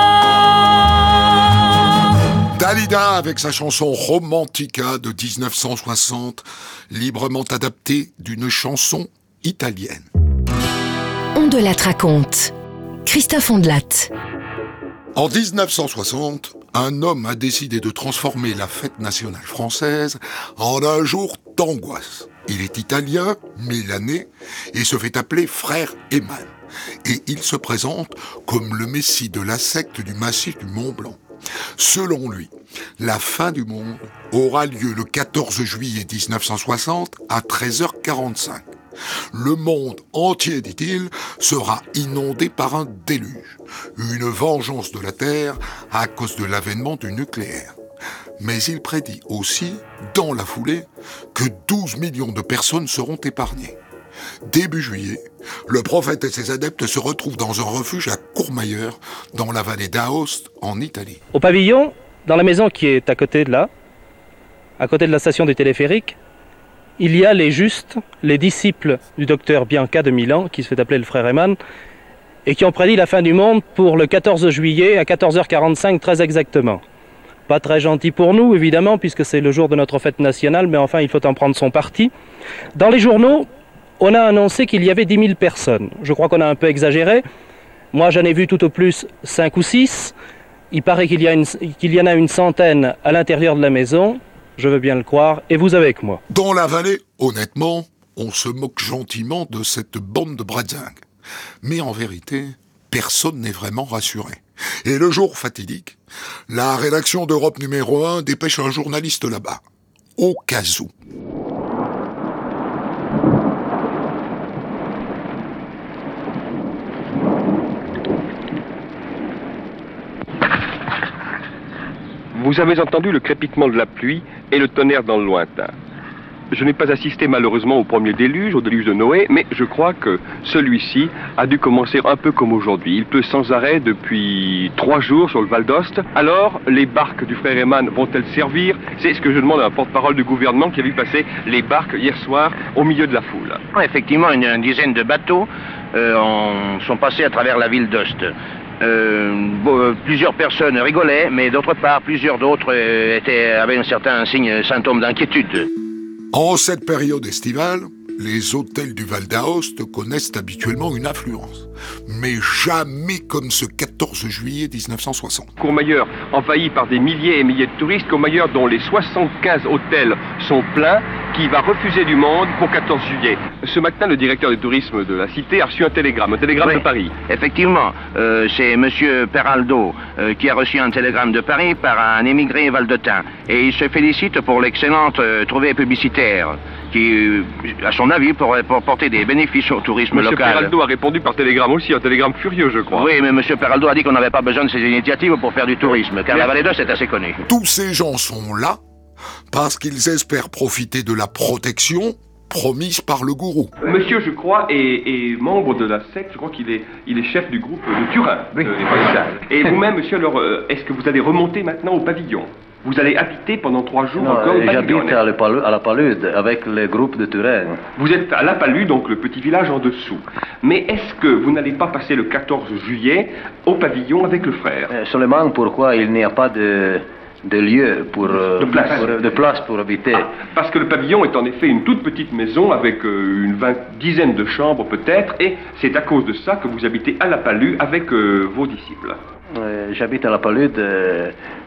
Dalida avec sa chanson Romantica de dix-neuf cent soixante, librement adaptée d'une chanson italienne. On de la raconte. Christophe Ondelat. En dix-neuf cent soixante, un homme a décidé de transformer la fête nationale française en un jour d'angoisse. Il est italien, milanais, et se fait appeler Frère Eman. Et il se présente comme le messie de la secte du massif du Mont Blanc. Selon lui, la fin du monde aura lieu le quatorze juillet dix-neuf cent soixante à treize heures quarante-cinq. Le monde entier, dit-il, sera inondé par un déluge, une vengeance de la Terre à cause de l'avènement du nucléaire. Mais il prédit aussi, dans la foulée, que douze millions de personnes seront épargnées. Début juillet, le prophète et ses adeptes se retrouvent dans un refuge à Courmayeur, dans la vallée d'Aoste, en Italie. Au pavillon, dans la maison qui est à côté de là, à côté de la station du téléphérique, il y a les justes, les disciples du docteur Bianca de Milan, qui se fait appeler le frère Eman, et qui ont prédit la fin du monde pour le quatorze juillet à quatorze heures quarante-cinq très exactement. Pas très gentil pour nous, évidemment, puisque c'est le jour de notre fête nationale, mais enfin, il faut en prendre son parti. Dans les journaux, on a annoncé qu'il y avait dix mille personnes. Je crois qu'on a un peu exagéré. Moi, j'en ai vu tout au plus cinq ou six. Il paraît qu'il y a une, qu'il y en a une centaine à l'intérieur de la maison. Je veux bien le croire. Et vous avec moi. Dans la vallée, honnêtement, on se moque gentiment de cette bande de bradzingues. Mais en vérité, personne n'est vraiment rassuré. Et le jour fatidique, la rédaction d'Europe numéro un dépêche un journaliste là-bas. Au cas où. Vous avez entendu le crépitement de la pluie et le tonnerre dans le lointain. Je n'ai pas assisté malheureusement au premier déluge, au déluge de Noé, mais je crois que celui-ci a dû commencer un peu comme aujourd'hui. Il pleut sans arrêt depuis trois jours sur le Val d'Ost. Alors, les barques du frère Eman vont-elles servir? C'est ce que je demande à un porte-parole du gouvernement qui a vu passer les barques hier soir au milieu de la foule. Effectivement, une, une dizaine de bateaux euh, ont, sont passés à travers la ville d'Ost. Euh, bon, plusieurs personnes rigolaient, mais d'autre part, plusieurs d'autres euh, étaient, avaient un certain signe, symptôme d'inquiétude. En cette période estivale, les hôtels du Val d'Aoste connaissent habituellement une affluence. Mais jamais comme ce quatorze juillet dix-neuf cent soixante. Courmayeur, envahi par des milliers et milliers de touristes, Courmayeur dont les soixante-quinze hôtels sont pleins, qui va refuser du monde pour quatorze juillet. Ce matin, le directeur du tourisme de la cité a reçu un télégramme, un télégramme oui, de Paris. Effectivement, euh, c'est monsieur Peraldo euh, qui a reçu un télégramme de Paris par un émigré valdotin. Et il se félicite pour l'excellente euh, trouvée publicitaire qui, à son avis, pourrait porter des bénéfices au tourisme Monsieur local. Monsieur Peraldo a répondu par télégramme aussi, un télégramme furieux, je crois. Oui, mais monsieur Peraldo a dit qu'on n'avait pas besoin de ces initiatives pour faire du tourisme, car la vallée d'Ost est assez connue. Tous ces gens sont là parce qu'ils espèrent profiter de la protection promise par le gourou. Monsieur, je crois, est, est membre de la secte, je crois qu'il est, il est chef du groupe de Turin, oui. de, des Palisades. Et vous-même, monsieur, alors, est-ce que vous allez remonter maintenant au pavillon? Vous allez habiter pendant trois jours non, encore au pavillon? J'habite à, à la Palude avec le groupe de Turin. Vous êtes à la Palude, donc le petit village en dessous. Mais est-ce que vous n'allez pas passer le quatorze juillet au pavillon avec le frère? euh, Seulement pourquoi il n'y a pas de... de lieu pour, euh, de, place. pour, de place pour habiter. Ah, parce que le pavillon est en effet une toute petite maison avec euh, une vingt, dizaine de chambres peut-être, et c'est à cause de ça que vous habitez à la Palude avec euh, vos disciples. Euh, J'habite à la Palude euh,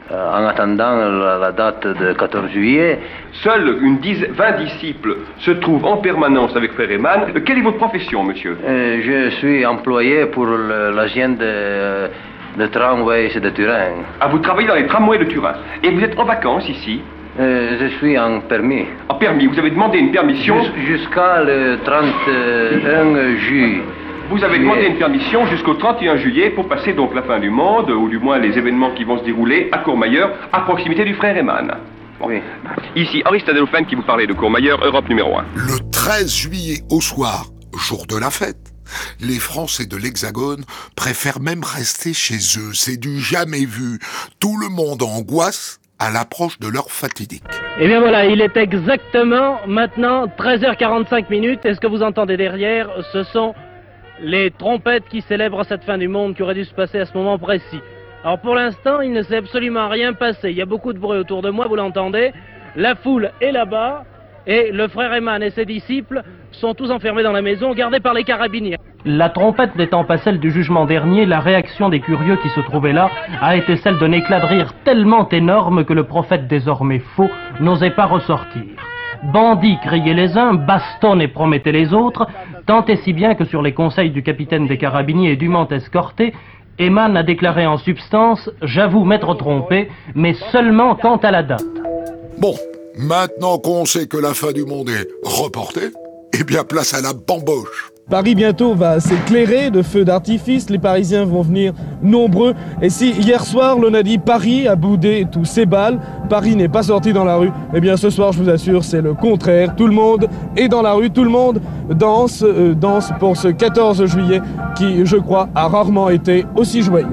euh, en attendant la, la date de quatorze juillet. Seuls une dizaine, vingt disciples se trouvent en permanence avec Frère Eman. Quelle est votre profession, monsieur? euh, Je suis employé pour le, l'agent de, de tramways de Turin. Ah, vous travaillez dans les tramways de Turin. Et vous êtes en vacances ici? euh, Je suis en permis. En permis, vous avez demandé une permission? Jus- Jusqu'à le trente et un juillet. Vous avez demandé une permission jusqu'au trente et un juillet pour passer donc la fin du monde, ou du moins les événements qui vont se dérouler à Courmayeur, à proximité du Frère Eman. Bon. Oui. Ici, Henri Stadelhofen qui vous parlait de Courmayeur, Europe numéro un. Le treize juillet au soir, jour de la fête, les Français de l'Hexagone préfèrent même rester chez eux. C'est du jamais vu. Tout le monde angoisse à l'approche de l'heure fatidique. Et bien voilà, il est exactement maintenant treize heures quarante-cinq minutes. Et ce que vous entendez derrière, ce sont les trompettes qui célèbrent cette fin du monde qui aurait dû se passer à ce moment précis. Alors pour l'instant, il ne s'est absolument rien passé. Il y a beaucoup de bruit autour de moi, vous l'entendez. La foule est là-bas et le frère Eman et ses disciples sont tous enfermés dans la maison, gardés par les carabiniers. La trompette n'étant pas celle du jugement dernier, la réaction des curieux qui se trouvaient là a été celle d'un éclat de rire tellement énorme que le prophète désormais faux n'osait pas ressortir. Bandits criaient les uns, bastonnes et promettaient les autres, tant et si bien que sur les conseils du capitaine des carabiniers et dûment escorté, Eman a déclaré en substance « J'avoue m'être trompé, mais seulement quant à la date ». Bon, maintenant qu'on sait que la fin du monde est reportée, eh bien place à la bamboche. Paris bientôt va s'éclairer de feux d'artifice, les Parisiens vont venir nombreux. Et si hier soir l'on a dit Paris a boudé tous ses balles, Paris n'est pas sorti dans la rue, eh bien ce soir je vous assure c'est le contraire. Tout le monde est dans la rue, tout le monde danse, euh, danse pour ce quatorze juillet qui, je crois, a rarement été aussi joyeux.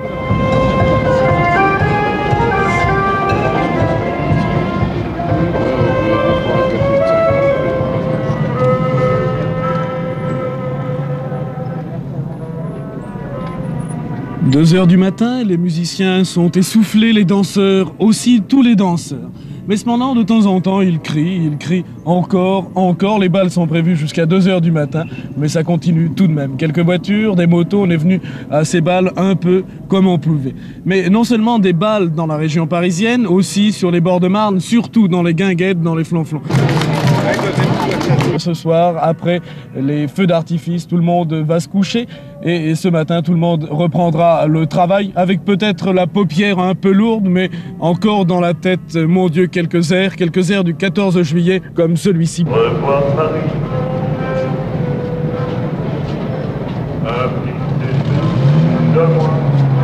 Deux heures du matin, les musiciens sont essoufflés, les danseurs aussi, tous les danseurs. Mais cependant, de temps en temps, ils crient, ils crient encore, encore. Les balles sont prévues jusqu'à deux heures du matin, mais ça continue tout de même. Quelques voitures, des motos, on est venu à ces balles un peu comme on pouvait. Mais non seulement des balles dans la région parisienne, aussi sur les bords de Marne, surtout dans les guinguettes, dans les flonflons. Ce soir, après les feux d'artifice, tout le monde va se coucher et ce matin, tout le monde reprendra le travail avec peut-être la paupière un peu lourde, mais encore dans la tête, mon Dieu, quelques airs, quelques airs du quatorze juillet comme celui-ci. Revoir Paris. Un petit début de moi.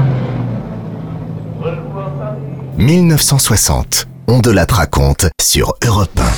Revoir Paris. mille neuf cent soixante, on de la raconte sur Europe un.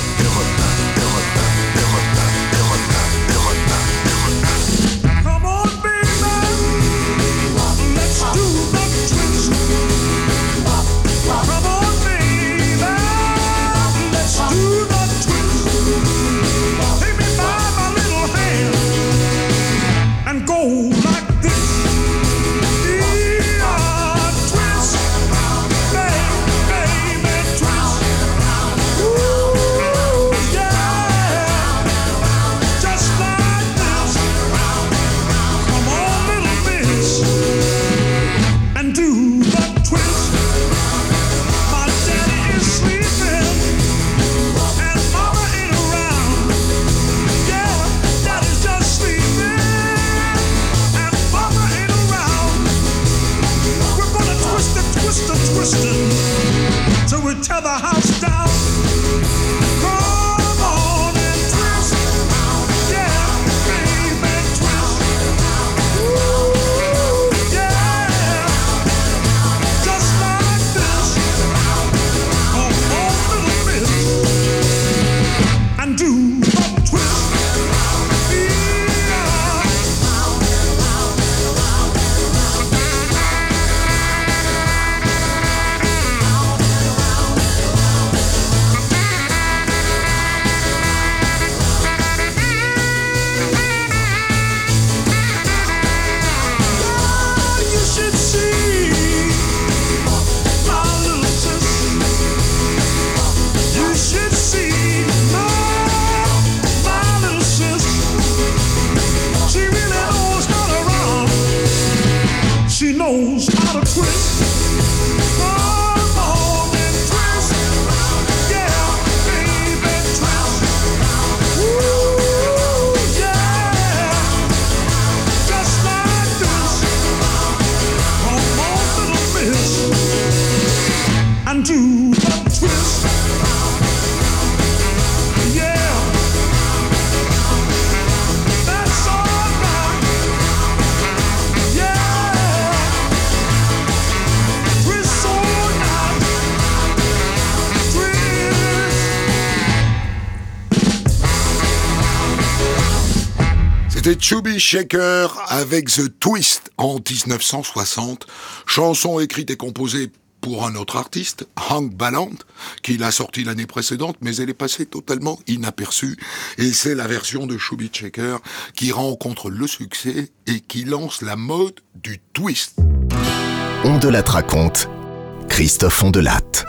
C'était Chubby Checker avec The Twist en dix-neuf cent soixante, chanson écrite et composée pour un autre artiste, Hank Ballant, qui l'a sorti l'année précédente, mais elle est passée totalement inaperçue. Et c'est la version de Chubby Checker qui rencontre le succès et qui lance la mode du twist. On de la raconte, Christophe Ondelatte.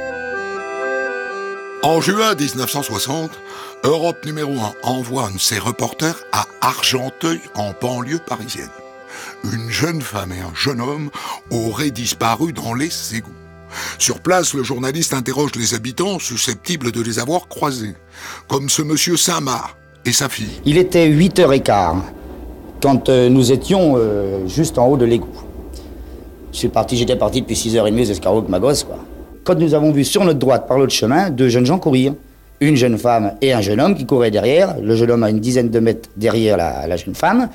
En juin dix-neuf cent soixante, Europe numéro un envoie un de ses reporters à Argenteuil, en banlieue parisienne. Une jeune femme et un jeune homme auraient disparu dans les égouts. Sur place, le journaliste interroge les habitants susceptibles de les avoir croisés, comme ce monsieur Saint-Marc et sa fille. Il était huit heures quinze quand euh, nous étions euh, juste en haut de l'égout. Je suis parti, j'étais parti depuis six heures trente aux escargots avec ma gosse, quoi. Quand nous avons vu sur notre droite, par l'autre chemin, deux jeunes gens courir. Une jeune femme et un jeune homme qui couraient derrière. Le jeune homme a une dizaine de mètres derrière la, la jeune femme.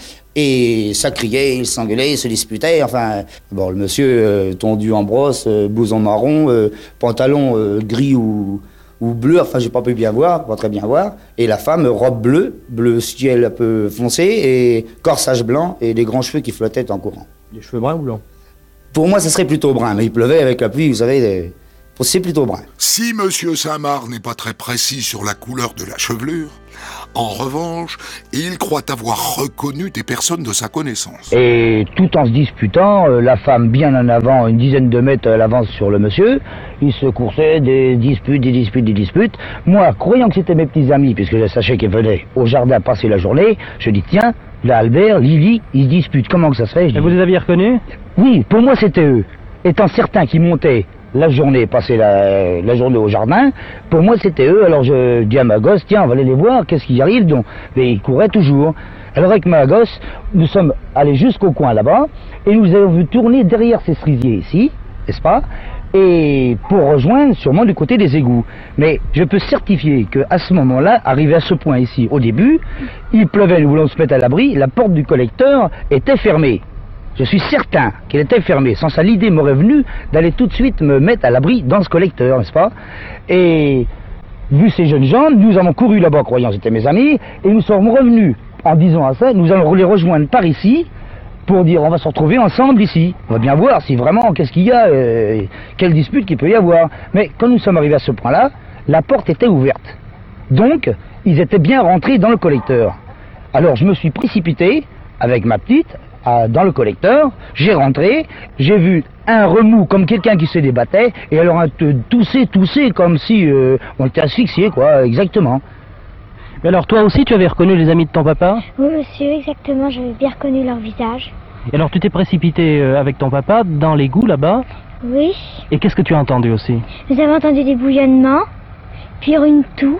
Et ça criait, il s'engueulait, il se disputait. Enfin, bon, le monsieur euh, tondu en brosse, euh, blouson marron, euh, pantalon euh, gris ou, ou bleu. Enfin, j'ai pas pu bien voir, pas très bien voir. Et la femme, robe bleue, bleu ciel un peu foncé et corsage blanc et des grands cheveux qui flottaient en courant. Des cheveux bruns ou blancs? Pour moi, ce serait plutôt brun, mais il pleuvait avec la pluie, vous savez. Des... C'est plutôt brun. Si Monsieur Saint-Marc n'est pas très précis sur la couleur de la chevelure, en revanche, il croit avoir reconnu des personnes de sa connaissance. Et tout en se disputant, la femme bien en avant, une dizaine de mètres à l'avance sur le monsieur, ils se coursaient, des disputes, des disputes, des disputes. Moi, croyant que c'était mes petits amis, puisque je sachais qu'ils venaient au jardin passer la journée, je dis tiens, là Albert, Lily, ils se disputent, comment que ça se fait? Et vous les aviez reconnus? Oui, pour moi c'était eux. Étant certain qu'ils montaient la journée, passer la, la journée au jardin, pour moi c'était eux, alors je dis à ma gosse, tiens, on va aller les voir, qu'est-ce qui arrive donc? Mais ils couraient toujours. Alors avec ma gosse, nous sommes allés jusqu'au coin là-bas, et nous avons vu tourner derrière ces cerisiers ici, n'est-ce pas? Et pour rejoindre sûrement du côté des égouts. Mais je peux certifier qu'à ce moment-là, arrivé à ce point ici, au début, il pleuvait, nous voulons se mettre à l'abri, la porte du collecteur était fermée. Je suis certain qu'elle était fermée. Sans ça, l'idée m'aurait venu d'aller tout de suite me mettre à l'abri dans ce collecteur, n'est-ce pas? Et vu ces jeunes gens, nous avons couru là-bas, croyant que c'était mes amis, et nous sommes revenus en disant à ça, nous allons les rejoindre par ici, pour dire on va se retrouver ensemble ici. On va bien voir si vraiment, qu'est-ce qu'il y a, euh, quelle dispute qu'il peut y avoir. Mais quand nous sommes arrivés à ce point-là, la porte était ouverte. Donc, ils étaient bien rentrés dans le collecteur. Alors je me suis précipité, avec ma petite, À, dans le collecteur, j'ai rentré, j'ai vu un remous comme quelqu'un qui se débattait, et alors un tousser, tousser, comme si euh, on était asphyxié, quoi, exactement. Mais alors toi aussi, tu avais reconnu les amis de ton papa? Oui, monsieur, exactement, j'avais bien reconnu leur visage. Et alors tu t'es précipité avec ton papa dans l'égout là-bas? Oui. Et qu'est-ce que tu as entendu aussi? Nous avons entendu des bouillonnements, puis une toux.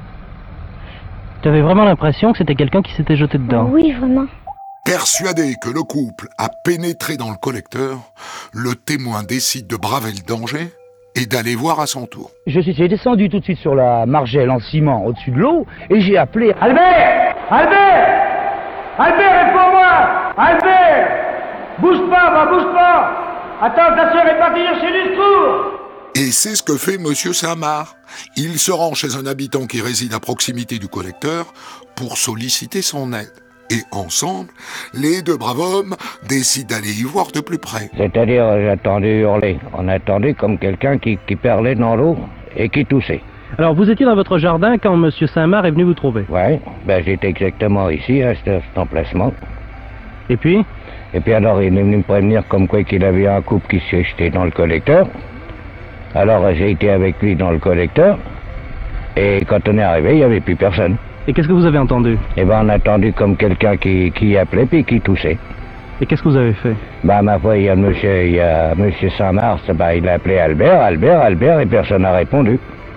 Tu avais vraiment l'impression que c'était quelqu'un qui s'était jeté dedans? Oui, vraiment. Persuadé que le couple a pénétré dans le collecteur, le témoin décide de braver le danger et d'aller voir à son tour. Je suis j'ai descendu tout de suite sur la margelle en ciment au-dessus de l'eau et j'ai appelé « Albert! Albert! Albert, réponds-moi! Albert! Bouge pas, va, bouge pas! Attends, ta soeur est partie chercher du secours !» Et c'est ce que fait Monsieur Saint-Marc. Il se rend chez un habitant qui réside à proximité du collecteur pour solliciter son aide. Et ensemble, les deux braves hommes décident d'aller y voir de plus près. C'est-à-dire, j'ai entendu hurler. On a entendu comme quelqu'un qui, qui parlait dans l'eau et qui toussait. Alors, vous étiez dans votre jardin quand Monsieur Saint-Marc est venu vous trouver? Oui, ben j'étais exactement ici, à cet, cet emplacement. Et puis? Et puis alors, il est venu me prévenir comme quoi qu'il avait un couple qui s'est jeté dans le collecteur. Alors, j'ai été avec lui dans le collecteur. Et quand on est arrivé, il n'y avait plus personne. Et qu'est-ce que vous avez entendu? Eh ben, on a entendu comme quelqu'un qui, qui appelait puis qui toussait. Et qu'est-ce que vous avez fait? Ben, ma foi, il y a monsieur, il y a monsieur Saint-Marc, ben, il a appelé Albert, Albert, Albert, et personne n'a répondu.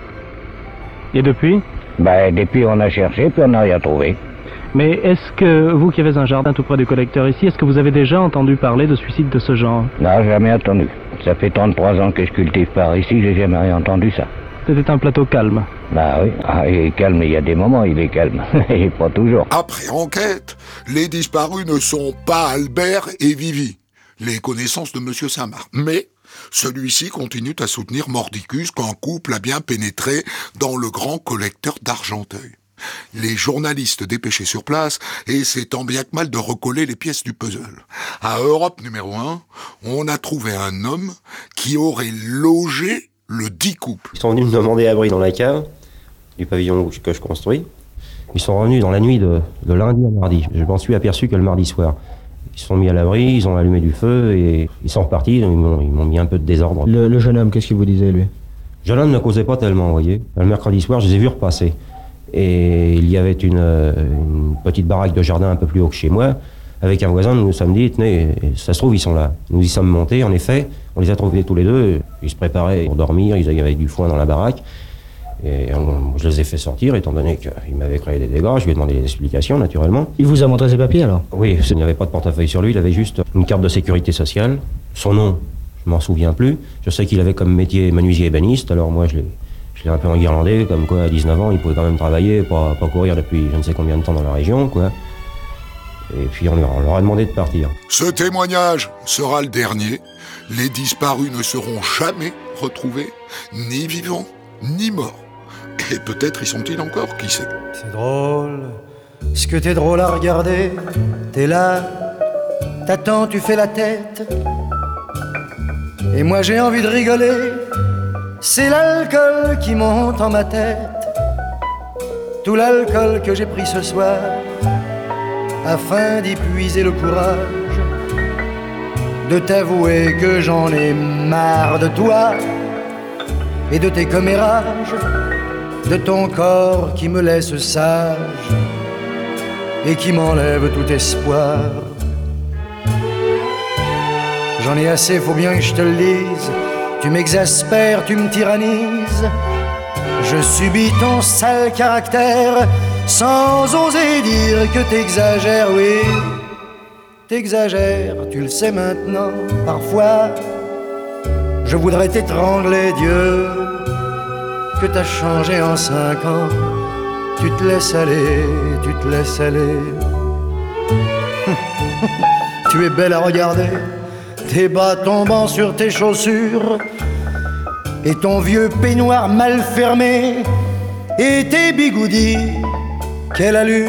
Et depuis? Ben, depuis, on a cherché, puis on n'a rien trouvé. Mais est-ce que, vous qui avez un jardin tout près du collecteur ici, est-ce que vous avez déjà entendu parler de suicides de ce genre? Non, jamais entendu. Ça fait trente-trois ans que je cultive par ici, j'ai jamais rien entendu ça. C'était un plateau calme. Bah oui, ah, il est calme, il y a des moments, il est calme. Et pas toujours. Après enquête, les disparus ne sont pas Albert et Vivi, les connaissances de Monsieur Saint-Marc. Mais celui-ci continue à soutenir mordicus qu'un couple a bien pénétré dans le grand collecteur d'Argenteuil. les journalistes dépêchés sur place essaient tant bien que mal de recoller les pièces du puzzle. À Europe numéro un, on a trouvé un homme qui aurait logé le dit couple. Ils sont venus me demander abri dans la cave du pavillon que je construis. Ils sont revenus dans la nuit de, de lundi à mardi. Je m'en suis aperçu que le mardi soir. Ils se sont mis à l'abri, ils ont allumé du feu et ils sont repartis. Ils m'ont, ils m'ont mis un peu de désordre. Le, le jeune homme, qu'est-ce qu'il vous disait, lui? Le jeune homme ne causait pas tellement, vous voyez. Le mercredi soir, je les ai vus repasser. Et il y avait une, une petite baraque de jardin un peu plus haut que chez moi. Avec un voisin, nous nous sommes dit, tenez, ça se trouve, ils sont là. Nous y sommes montés, en effet. On les a trouvés tous les deux. Ils se préparaient pour dormir, il y avait du foin dans la baraque. Et on, je les ai fait sortir, étant donné qu'il m'avait créé des dégâts. Je lui ai demandé des explications, naturellement. Il vous a montré ses papiers, alors? Oui, il n'y avait pas de portefeuille sur lui, il avait juste une carte de sécurité sociale. Son nom, je m'en souviens plus. Je sais qu'il avait comme métier menuisier ébéniste, alors moi je l'ai, je l'ai un peu enguirlandé, comme quoi à dix-neuf ans, il pouvait quand même travailler, pas, pas courir depuis je ne sais combien de temps dans la région, quoi. Et puis on leur, on leur a demandé de partir. Ce témoignage sera le dernier. Les disparus ne seront jamais retrouvés, ni vivants, ni morts. Et peut-être y sont-ils encore, qui sait. C'est drôle, ce que t'es drôle à regarder. T'es là, t'attends, tu fais la tête. Et moi j'ai envie de rigoler. C'est l'alcool qui monte en ma tête. Tout l'alcool que j'ai pris ce soir, afin d'y puiser le courage de t'avouer que j'en ai marre de toi et de tes commérages, de ton corps qui me laisse sage et qui m'enlève tout espoir. J'en ai assez, faut bien que je te le dise. Tu m'exaspères, tu me tyrannises. Je subis ton sale caractère sans oser dire que t'exagères, oui. T'exagères, tu le sais maintenant. Parfois, je voudrais t'étrangler, Dieu, que t'as changé en cinq ans. Tu te laisses aller, tu te laisses aller. Tu es belle à regarder, tes bas tombant sur tes chaussures, et ton vieux peignoir mal fermé, et tes bigoudis, quelle allure.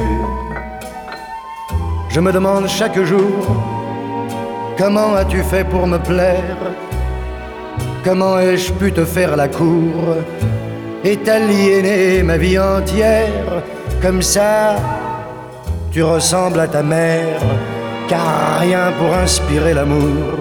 Je me demande chaque jour, comment as-tu fait pour me plaire? Comment ai-je pu te faire la cour et t'aliéner ma vie entière? Comme ça, tu ressembles à ta mère, car rien pour inspirer l'amour.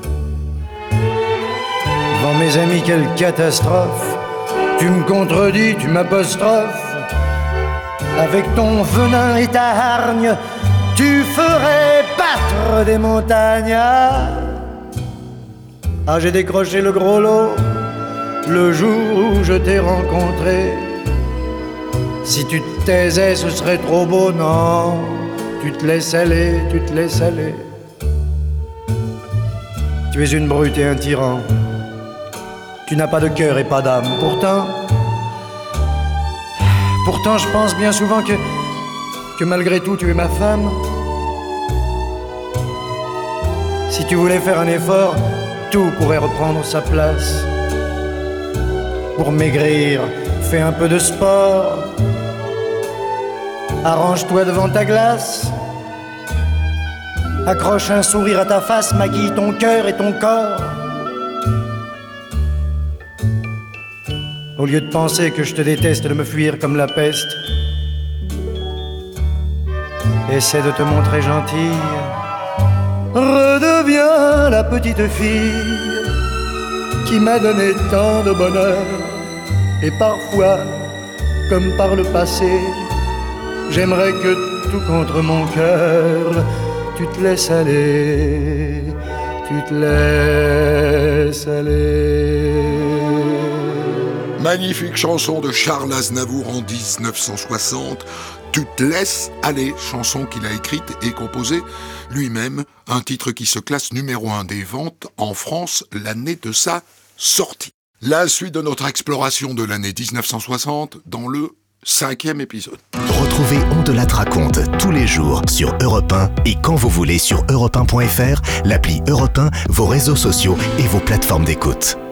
Devant mes amis, quelle catastrophe. Tu me contredis, tu m'apostrophes. Avec ton venin et ta hargne, tu ferais battre des montagnes. Ah, j'ai décroché le gros lot le jour où je t'ai rencontré. Si tu te taisais, ce serait trop beau, non. Tu te laisses aller, tu te laisses aller. Tu es une brute et un tyran. Tu n'as pas de cœur et pas d'âme. Pourtant, pourtant je pense bien souvent que, que malgré tout tu es ma femme. Si tu voulais faire un effort, tout pourrait reprendre sa place. Pour maigrir, fais un peu de sport. Arrange-toi devant ta glace. Accroche un sourire à ta face, maquille ton cœur et ton corps. Au lieu de penser que je te déteste, de me fuir comme la peste, essaie de te montrer gentille. Redeviens la petite fille qui m'a donné tant de bonheur. Et parfois, comme par le passé, j'aimerais que tout contre mon cœur, tu te laisses aller, tu te laisses aller. Magnifique chanson de Charles Aznavour en dix-neuf cent soixante. Tu te laisses aller, chanson qu'il a écrite et composée lui-même, un titre qui se classe numéro un des ventes en France l'année de sa sortie. La suite de notre exploration de l'année dix-neuf cent soixante dans le cinquième épisode. Retrouvez On de la raconte tous les jours sur Europe un et quand vous voulez sur europe un point f r, l'appli Europe un, vos réseaux sociaux et vos plateformes d'écoute.